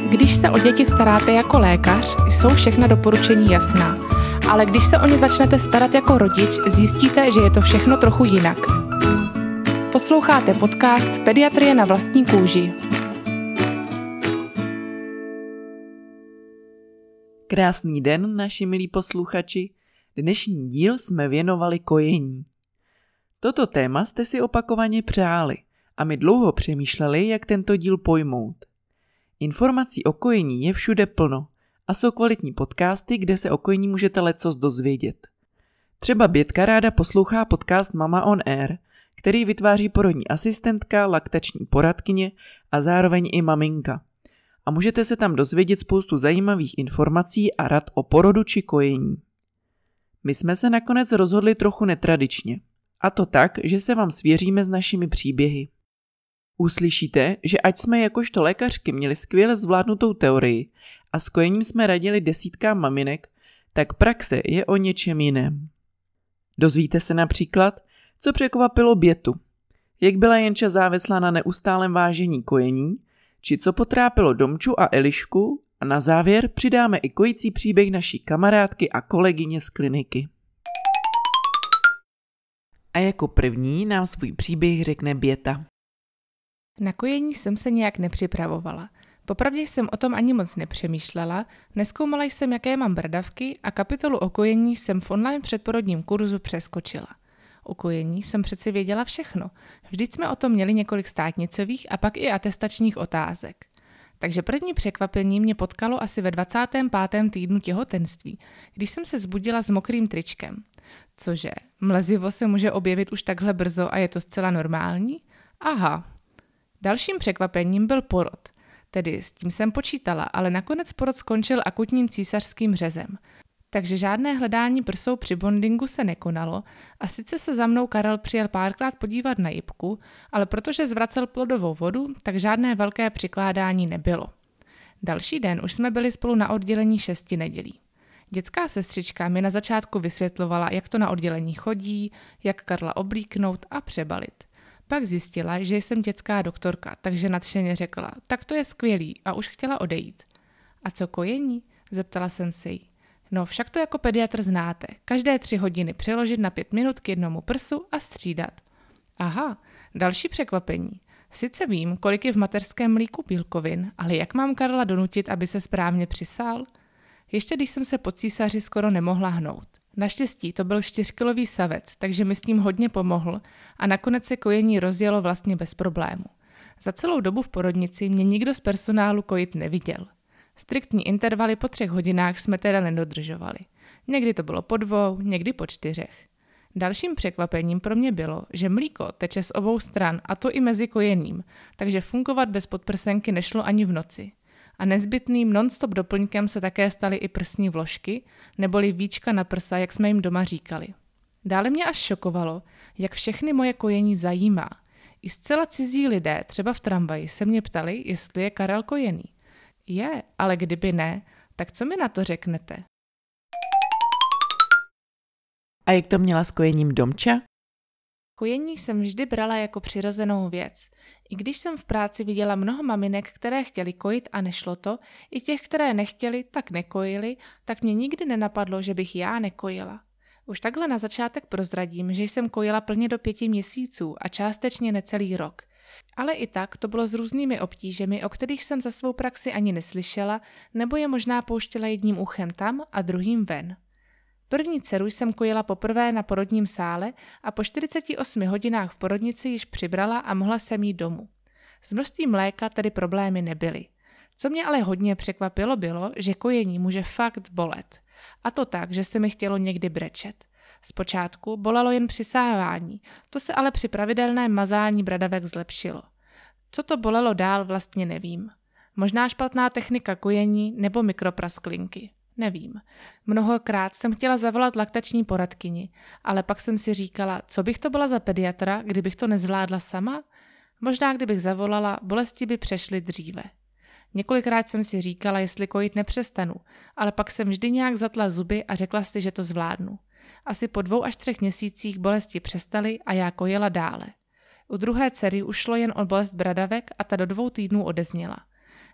Když se o děti staráte jako lékař, jsou všechna doporučení jasná. Ale když se o ně začnete starat jako rodič, zjistíte, že je to všechno trochu jinak. Posloucháte podcast Pediatrie na vlastní kůži. Krásný den, naši milí posluchači. Dnešní díl jsme věnovali kojení. Toto téma jste si opakovaně přáli a my dlouho přemýšleli, jak tento díl pojmout. Informací o kojení je všude plno a jsou kvalitní podcasty, kde se o kojení můžete lecos dozvědět. Třeba Bětka ráda poslouchá podcast Mama on Air, který vytváří porodní asistentka, laktační poradkyně a zároveň i maminka. A můžete se tam dozvědět spoustu zajímavých informací a rad o porodu či kojení. My jsme se nakonec rozhodli trochu netradičně. A to tak, že se vám svěříme s našimi příběhy. Uslyšíte, že ať jsme jakožto lékařky měli skvěle zvládnutou teorii a s kojením jsme radili desítkám maminek, tak praxe je o něčem jiném. Dozvíte se například, co překvapilo Bětu, jak byla Jenča závislá na neustálém vážení kojení, či co potrápilo Domču a Elišku, a na závěr přidáme i kojící příběh naší kamarádky a kolegyně z kliniky. A jako první nám svůj příběh řekne Běta. Na kojení jsem se nějak nepřipravovala. Popravdě jsem o tom ani moc nepřemýšlela, nezkoumala jsem, jaké mám bradavky a kapitolu o kojení jsem v online předporodním kurzu přeskočila. O kojení jsem přeci věděla všechno. Vždyť jsme o tom měli několik státnicových a pak i atestačních otázek. Takže první překvapení mě potkalo asi ve 25. týdnu těhotenství, když jsem se zbudila s mokrým tričkem. Cože, mlezivo se může objevit už takhle brzo a je to zcela normální? Aha. Dalším překvapením byl porod. Tedy s tím jsem počítala, ale nakonec porod skončil akutním císařským řezem. Takže žádné hledání prsou při bondingu se nekonalo a sice se za mnou Karel přijel párkrát podívat na jipku, ale protože zvracel plodovou vodu, tak žádné velké přikládání nebylo. Další den už jsme byli spolu na oddělení 6 nedělí. Dětská sestřička mi na začátku vysvětlovala, jak to na oddělení chodí, jak Karla oblíknout a přebalit. Pak zjistila, že jsem dětská doktorka, takže nadšeně řekla, tak to je skvělý a už chtěla odejít. A co kojení? Zeptala jsem se jí. No však to jako pediatr znáte. Každé 3 hodiny přeložit na 5 minut k jednomu prsu a střídat. Aha, další překvapení. Sice vím, kolik je v mateřském mlíku bílkovin, ale jak mám Karla donutit, aby se správně přisál? Ještě když jsem se po císaři skoro nemohla hnout. Naštěstí to byl 4kilový savec, takže mi s tím hodně pomohl a nakonec se kojení rozjelo vlastně bez problému. Za celou dobu v porodnici mě nikdo z personálu kojit neviděl. Striktní intervaly po 3 hodinách jsme teda nedodržovali. Někdy to bylo po 2, někdy po 4. Dalším překvapením pro mě bylo, že mlíko teče z obou stran a to i mezi kojením, takže fungovat bez podprsenky nešlo ani v noci. A nezbytným non-stop doplňkem se také staly i prsní vložky, neboli víčka na prsa, jak jsme jim doma říkali. Dále mě až šokovalo, jak všechny moje kojení zajímá. I zcela cizí lidé, třeba v tramvaji, se mě ptali, jestli je Karel kojený. Je, ale kdyby ne, tak co mi na to řeknete? A jak to měla s kojením Domča? Kojení jsem vždy brala jako přirozenou věc. I když jsem v práci viděla mnoho maminek, které chtěly kojit a nešlo to, i těch, které nechtěly, tak nekojily, tak mě nikdy nenapadlo, že bych já nekojila. Už takhle na začátek prozradím, že jsem kojila plně do 5 měsíců a částečně necelý rok. Ale i tak to bylo s různými obtížemi, o kterých jsem za svou praxi ani neslyšela, nebo je možná pouštěla jedním uchem tam a druhým ven. První dceru jsem kojila poprvé na porodním sále a po 48 hodinách v porodnici již přibrala a mohla jsem jít domů. S množstvím mléka tedy problémy nebyly. Co mě ale hodně překvapilo bylo, že kojení může fakt bolet. A to tak, že se mi chtělo někdy brečet. Zpočátku bolelo jen přisávání, to se ale při pravidelném mazání bradavek zlepšilo. Co to bolelo dál, vlastně nevím. Možná špatná technika kojení nebo mikroprasklinky. Nevím. Mnohokrát jsem chtěla zavolat laktační poradkyni, ale pak jsem si říkala, co bych to byla za pediatra, kdybych to nezvládla sama? Možná kdybych zavolala, bolesti by přešly dříve. Několikrát jsem si říkala, jestli kojit nepřestanu, ale pak jsem vždy nějak zatla zuby a řekla si, že to zvládnu. Asi po 2 až 3 měsících bolesti přestaly a já kojila dále. U druhé dcery už šlo jen o bolest bradavek a ta do 2 týdnů odezněla.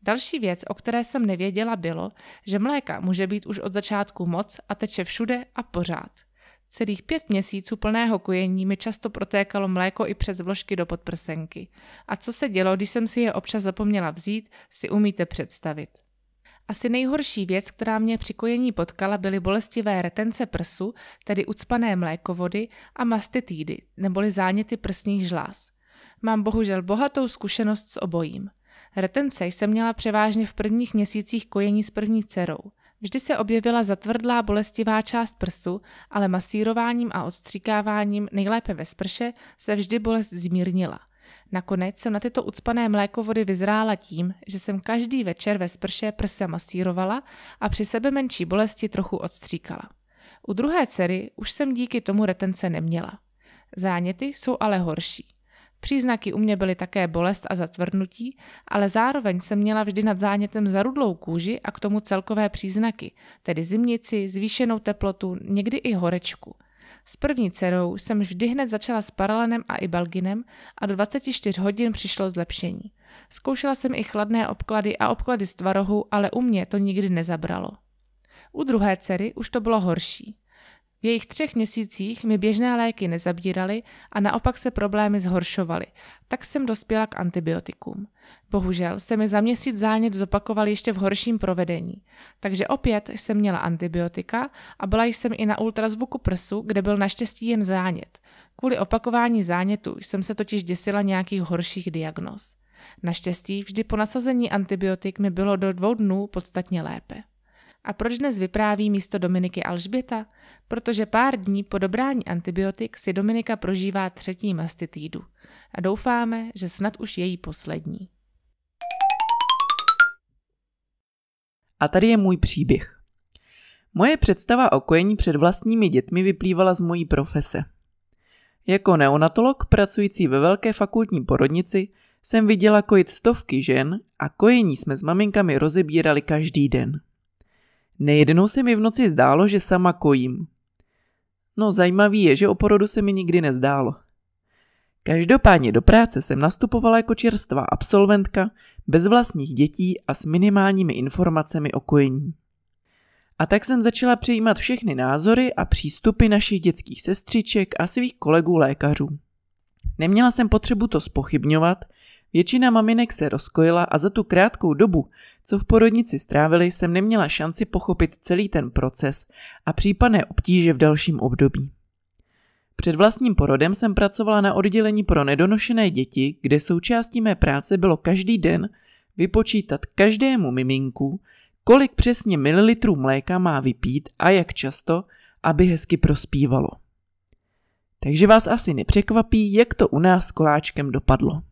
Další věc, o které jsem nevěděla, bylo, že mléka může být už od začátku moc a teče všude a pořád. Celých 5 měsíců plného kojení mi často protékalo mléko i přes vložky do podprsenky. A co se dělo, když jsem si je občas zapomněla vzít, si umíte představit. Asi nejhorší věc, která mě při kojení potkala, byly bolestivé retence prsu, tedy ucpané mlékovody a mastitidy, neboli záněty prsních žláz. Mám bohužel bohatou zkušenost s obojím. Retence jsem měla převážně v prvních měsících kojení s první dcerou. Vždy se objevila zatvrdlá bolestivá část prsu, ale masírováním a odstříkáváním, nejlépe ve sprše, se vždy bolest zmírnila. Nakonec jsem na tyto ucpané mlékovody vyzrála tím, že jsem každý večer ve sprše prsa masírovala a při sebe menší bolesti trochu odstříkala. U druhé dcery už jsem díky tomu retence neměla. Záněty jsou ale horší. Příznaky u mě byly také bolest a zatvrdnutí, ale zároveň jsem měla vždy nad zánětem zarudlou kůži a k tomu celkové příznaky, tedy zimnici, zvýšenou teplotu, někdy i horečku. S první dcerou jsem vždy hned začala s paralenem a ibalginem a do 24 hodin přišlo zlepšení. Zkoušela jsem i chladné obklady a obklady z tvarohu, ale u mě to nikdy nezabralo. U druhé dcery už to bylo horší. V jejich 3 měsících mi běžné léky nezabíraly a naopak se problémy zhoršovaly, tak jsem dospěla k antibiotikům. Bohužel se mi za měsíc zánět zopakoval ještě v horším provedení, takže opět jsem měla antibiotika a byla jsem i na ultrazvuku prsu, kde byl naštěstí jen zánět. Kvůli opakování zánětu jsem se totiž děsila nějakých horších diagnóz. Naštěstí vždy po nasazení antibiotik mi bylo do 2 dnů podstatně lépe. A proč dnes vypráví místo Dominiky Alžběta? Protože pár dní po dobrání antibiotik si Dominika prožívá 3. mastitidu. A doufáme, že snad už její poslední. A tady je můj příběh. Moje představa o kojení před vlastními dětmi vyplývala z mojí profese. Jako neonatolog pracující ve velké fakultní porodnici jsem viděla kojit stovky žen a kojení jsme s maminkami rozebírali každý den. Nejednou se mi v noci zdálo, že sama kojím. No zajímavý je, že o porodu se mi nikdy nezdálo. Každopádně do práce jsem nastupovala jako čerstvá absolventka, bez vlastních dětí a s minimálními informacemi o kojení. A tak jsem začala přijímat všechny názory a přístupy našich dětských sestřiček a svých kolegů lékařů. Neměla jsem potřebu to zpochybňovat, většina maminek se rozkojila a za tu krátkou dobu, co v porodnici strávili, jsem neměla šanci pochopit celý ten proces a případné obtíže v dalším období. Před vlastním porodem jsem pracovala na oddělení pro nedonošené děti, kde součástí mé práce bylo každý den vypočítat každému miminku, kolik přesně mililitrů mléka má vypít a jak často, aby hezky prospívalo. Takže vás asi nepřekvapí, jak to u nás s koláčkem dopadlo.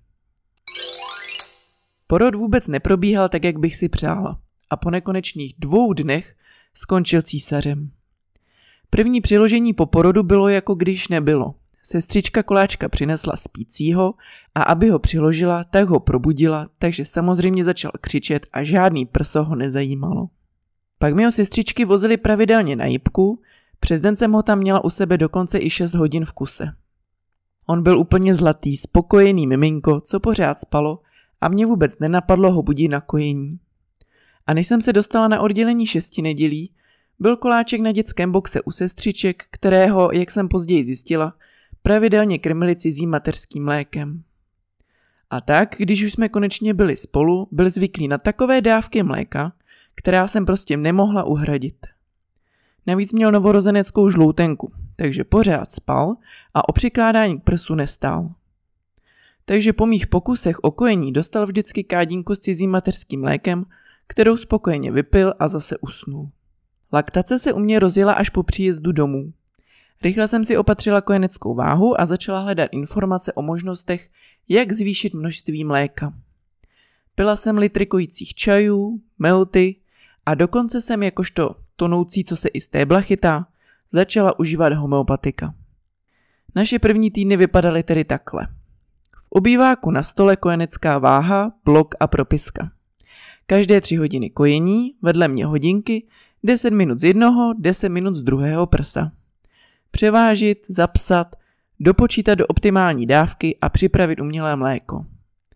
Porod vůbec neprobíhal tak, jak bych si přála a po nekonečných 2 dnech skončil císařem. První přiložení po porodu bylo jako když nebylo. Sestřička koláčka přinesla spícího a aby ho přiložila, tak ho probudila, takže samozřejmě začal křičet a žádný prso ho nezajímalo. Pak mi ho sestřičky vozily pravidelně na jipku, přes den jsem ho tam měla u sebe dokonce i 6 hodin v kuse. On byl úplně zlatý, spokojený miminko, co pořád spalo a mě vůbec nenapadlo ho budit na kojení. A než jsem se dostala na oddělení 6 nedělí, byl koláček na dětském boxe u sestřiček, kterého, jak jsem později zjistila, pravidelně krmili cizím mateřským mlékem. A tak, když už jsme konečně byli spolu, byl zvyklý na takové dávky mléka, která jsem prostě nemohla uhradit. Navíc měl novorozeneckou žloutenku, takže pořád spal a o přikládání k prsu nestál. Takže po mých pokusech o kojení dostal vždycky kádínku s cizím mateřským mlékem, kterou spokojeně vypil a zase usnul. Laktace se u mě rozjela až po příjezdu domů. Rychle jsem si opatřila kojeneckou váhu a začala hledat informace o možnostech, jak zvýšit množství mléka. Pila jsem litry kojících čajů, melty a dokonce jsem jakožto tonoucí, co se i stébla chytá, začala užívat homeopatika. Naše první týdny vypadaly tedy takhle. V obýváku na stole kojenecká váha, blok a propiska. Každé 3 hodiny kojení, vedle mě hodinky, 10 minut z jednoho, 10 minut z druhého prsa. Převážit, zapsat, dopočítat do optimální dávky a připravit umělé mléko.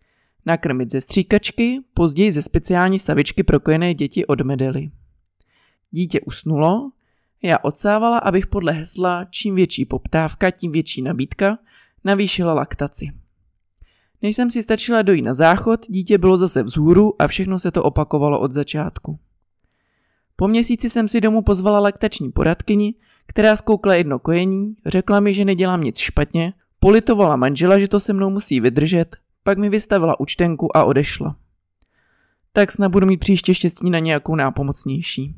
nakrmit ze stříkačky, později ze speciální savičky pro kojené děti od Medely. Dítě usnulo, já odsávala, abych podle hesla čím větší poptávka, tím větší nabídka, navýšila laktaci. Než jsem si stačila dojít na záchod, dítě bylo zase vzhůru a všechno se to opakovalo od začátku. Po měsíci jsem si domů pozvala laktační poradkyni, která zkoukla jedno kojení, řekla mi, že nedělám nic špatně, politovala manžela, že to se mnou musí vydržet, pak mi vystavila účtenku a odešla. Tak snad budu mít příště štěstí na nějakou nápomocnější.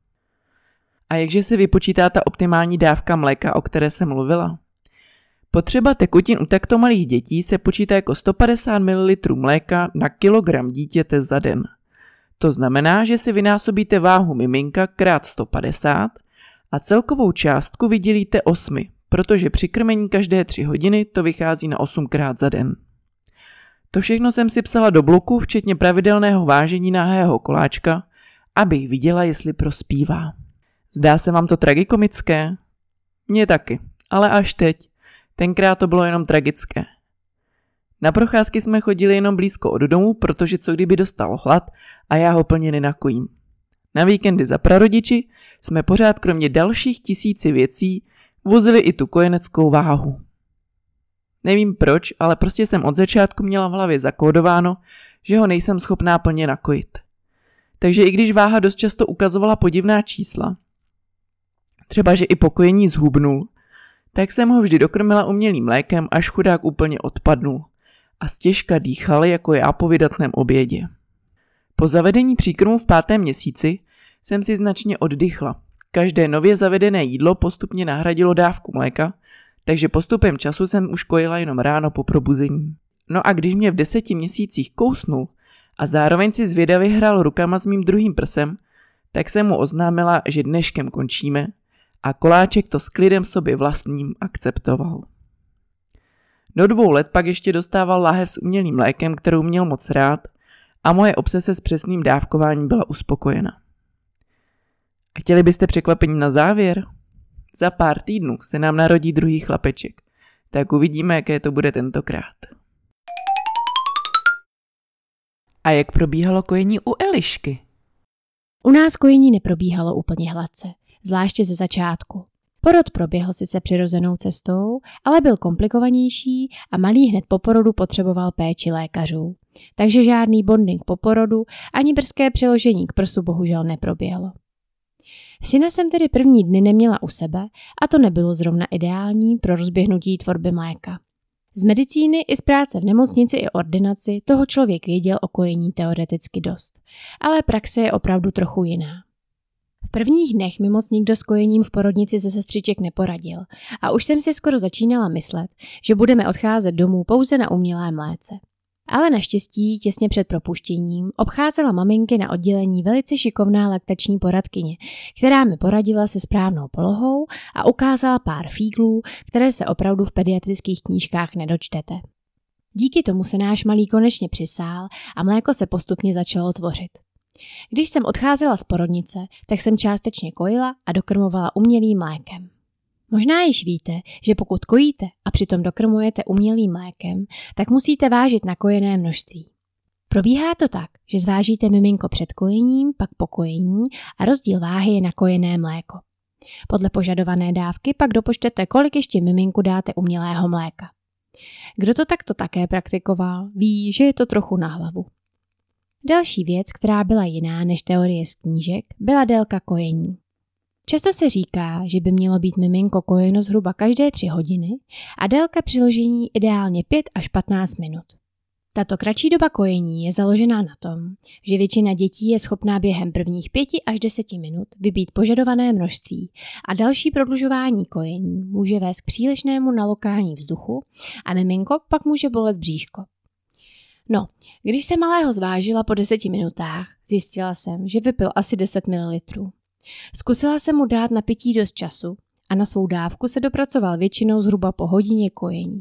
A jakže se vypočítá ta optimální dávka mléka, o které jsem mluvila? Potřeba tekutin u takto malých dětí se počítá jako 150 ml mléka na kilogram dítěte za den. To znamená, že si vynásobíte váhu miminka krát 150 a celkovou částku vydělíte 8, protože při krmení každé 3 hodiny to vychází na 8krát za den. To všechno jsem si psala do bloku, včetně pravidelného vážení nahého koláčka, abych viděla, jestli prospívá. Zdá se vám to tragikomické? Mně taky, ale až teď. Tenkrát to bylo jenom tragické. Na procházky jsme chodili jenom blízko od domu, protože co kdyby dostal hlad a já ho plně nenakojím. Na víkendy za prarodiči jsme pořád kromě dalších 1000 věcí vozili i tu kojeneckou váhu. Nevím proč, ale prostě jsem od začátku měla v hlavě zakódováno, že ho nejsem schopná plně nakojit. Takže i když váha dost často ukazovala podivná čísla, třeba že i po kojení zhubnul, tak jsem ho vždy dokrmila umělým mlékem, až chudák úplně odpadnul a stěžka dýchal jako já po vydatném obědě. Po zavedení příkrmu v 5. měsíci jsem si značně oddychla. Každé nově zavedené jídlo postupně nahradilo dávku mléka, takže postupem času jsem už kojila jenom ráno po probuzení. No a když mě v 10 měsících kousnul a zároveň si zvědavě hrál rukama s mým druhým prsem, tak jsem mu oznámila, že dneškem končíme a koláček to s klidem sobě vlastním akceptoval. Do 2 let pak ještě dostával láhev s umělým mlékem, kterou měl moc rád a moje obsese s přesným dávkováním byla uspokojena. A chtěli byste překvapení na závěr? Za pár týdnů se nám narodí druhý chlapeček, tak uvidíme, jaké to bude tentokrát. A jak probíhalo kojení u Elišky? U nás kojení neprobíhalo úplně hladce, zvláště ze začátku. Porod proběhl sice přirozenou cestou, ale byl komplikovanější a malý hned po porodu potřeboval péči lékařů. Takže žádný bonding po porodu ani brzké přiložení k prsu bohužel neproběhlo. Syna jsem tedy první dny neměla u sebe a to nebylo zrovna ideální pro rozběhnutí tvorby mléka. Z medicíny i z práce v nemocnici i ordinaci toho člověk věděl o kojení teoreticky dost, ale praxe je opravdu trochu jiná. V prvních dnech mi moc nikdo s kojením v porodnici ze sestřiček neporadil a už jsem si skoro začínala myslet, že budeme odcházet domů pouze na umělé mléce. Ale naštěstí těsně před propuštěním obcházela maminky na oddělení velice šikovná laktační poradkyně, která mi poradila se správnou polohou a ukázala pár fíglů, které se opravdu v pediatrických knížkách nedočtete. Díky tomu se náš malý konečně přisál a mléko se postupně začalo tvořit. Když jsem odcházela z porodnice, tak jsem částečně kojila a dokrmovala umělým mlékem. Možná již víte, že pokud kojíte a přitom dokrmujete umělým mlékem, tak musíte vážit nakojené množství. Probíhá to tak, že zvážíte miminko před kojením, pak po kojení a rozdíl váhy je nakojené mléko. Podle požadované dávky pak dopočtete, kolik ještě miminku dáte umělého mléka. Kdo to takto také praktikoval, ví, že je to trochu na hlavu. Další věc, která byla jiná než teorie z knížek, byla délka kojení. Často se říká, že by mělo být miminko kojeno zhruba každé 3 hodiny a délka přiložení ideálně 5 až 15 minut. Tato kratší doba kojení je založená na tom, že většina dětí je schopná během prvních 5 až 10 minut vybít požadované množství a další prodlužování kojení může vést k přílišnému nalokání vzduchu a miminko pak může bolet bříško. No, když jsem malého zvážila po 10 minutách, zjistila jsem, že vypil asi 10 ml. Zkusila jsem mu dát na pití dost času a na svou dávku se dopracoval většinou zhruba po hodině kojení.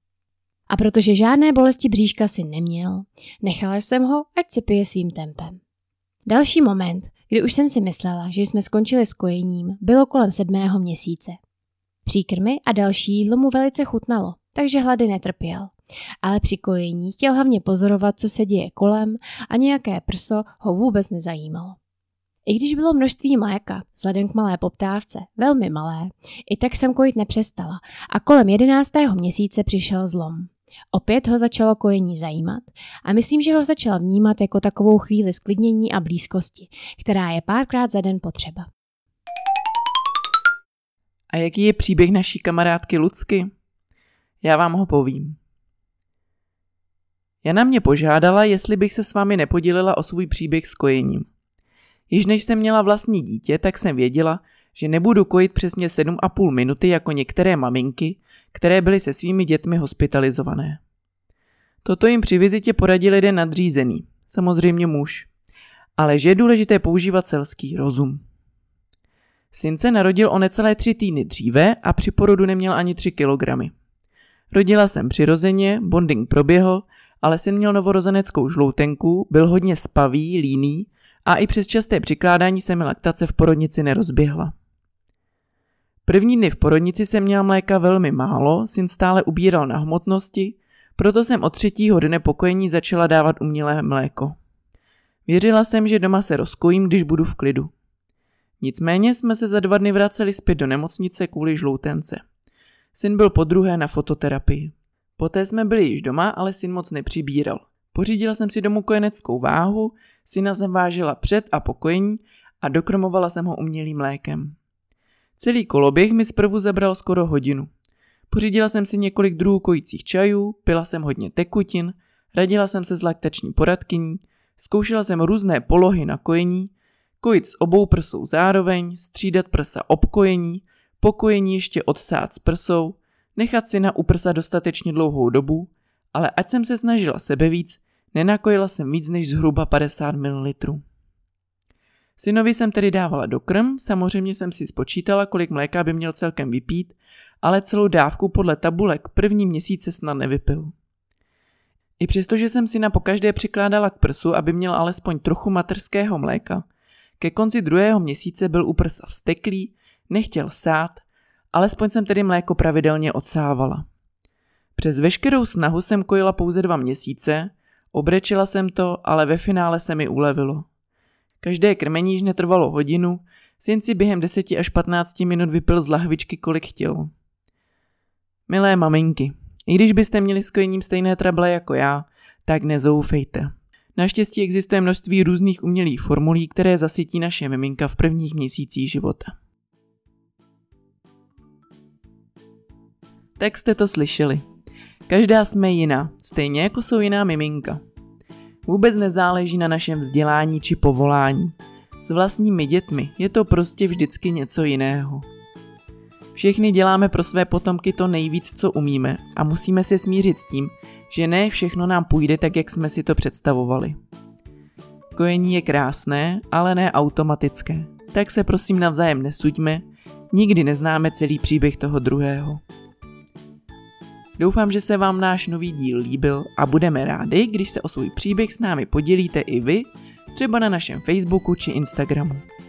A protože žádné bolesti bříška si neměl, nechala jsem ho, ať si pije svým tempem. Další moment, kdy už jsem si myslela, že jsme skončili s kojením, bylo kolem 7. měsíce. Příkrmy a další jídlo mu velice chutnalo, takže hlady netrpěl. Ale při kojení chtěl hlavně pozorovat, co se děje kolem a nějaké prso ho vůbec nezajímalo. I když bylo množství mléka, vzhledem k malé poptávce, velmi malé, i tak jsem kojit nepřestala a kolem 11. měsíce přišel zlom. Opět ho začalo kojení zajímat a myslím, že ho začal vnímat jako takovou chvíli sklidnění a blízkosti, která je párkrát za den potřeba. A jaký je příběh naší kamarádky Lucky? Já vám ho povím. Jana mě požádala, jestli bych se s vámi nepodělila o svůj příběh s kojením. Již než jsem měla vlastní dítě, tak jsem věděla, že nebudu kojit přesně 7,5 minuty jako některé maminky, které byly se svými dětmi hospitalizované. Toto jim při vizitě poradil jeden nadřízený, samozřejmě muž, ale že je důležité používat selský rozum. Syn se narodil o necelé 3 týdny dříve a při porodu neměl ani 3 kilogramy. Rodila jsem přirozeně, bonding proběhl, ale syn měl novorozeneckou žloutenku, byl hodně spavý, líný a i přes časté přikládání se mi laktace v porodnici nerozběhla. První dny v porodnici jsem měla mléka velmi málo, syn stále ubíral na hmotnosti, proto jsem od 3. dne po kojení začala dávat umělé mléko. Věřila jsem, že doma se rozkojím, když budu v klidu. Nicméně jsme se za 2 dny vraceli zpět do nemocnice kvůli žloutence. Syn byl podruhé na fototerapii. Poté jsme byli již doma, ale syn moc nepřibíral. Pořídila jsem si domů kojeneckou váhu, syna jsem vážila před a po kojení a dokrmovala jsem ho umělým mlékem. Celý koloběh mi zprvu zabral skoro hodinu. Pořídila jsem si několik druhů kojících čajů, pila jsem hodně tekutin, radila jsem se s laktační poradkyní, zkoušela jsem různé polohy na kojení, kojit s obou prsou zároveň, střídat prsa ob kojení, po kojení ještě odsát s prsou, nechat syna u prsa dostatečně dlouhou dobu, ale ať jsem se snažila sebevíc, nenakojila jsem víc než zhruba 50 ml. Synovi jsem tedy dávala dokrm, samozřejmě jsem si spočítala, kolik mléka by měl celkem vypít, ale celou dávku podle tabulek první měsíce snad nevypil. I přesto, že jsem syna pokaždé přikládala k prsu, aby měl alespoň trochu mateřského mléka, ke konci 2. měsíce byl u prsa vzteklý, nechtěl sát, alespoň jsem tedy mléko pravidelně odsávala. Přes veškerou snahu jsem kojila pouze 2 měsíce, obrečila jsem to, ale ve finále se mi ulevilo. Každé krmení již netrvalo hodinu, syn si během 10 až 15 minut vypil z lahvičky, kolik chtěl. Milé maminky, i když byste měli s kojením stejné trable jako já, tak nezoufejte. Naštěstí existuje množství různých umělých formulí, které zasytí naše miminka v prvních měsících života. Tak jste to slyšeli. Každá jsme jiná, stejně jako jsou jiná miminka. Vůbec nezáleží na našem vzdělání či povolání. S vlastními dětmi je to prostě vždycky něco jiného. Všichni děláme pro své potomky to nejvíc, co umíme a musíme se smířit s tím, že ne všechno nám půjde tak, jak jsme si to představovali. Kojení je krásné, ale ne automatické. Tak se prosím navzájem nesuďme, nikdy neznáme celý příběh toho druhého. Doufám, že se vám náš nový díl líbil a budeme rádi, když se o svůj příběh s námi podělíte i vy, třeba na našem Facebooku či Instagramu.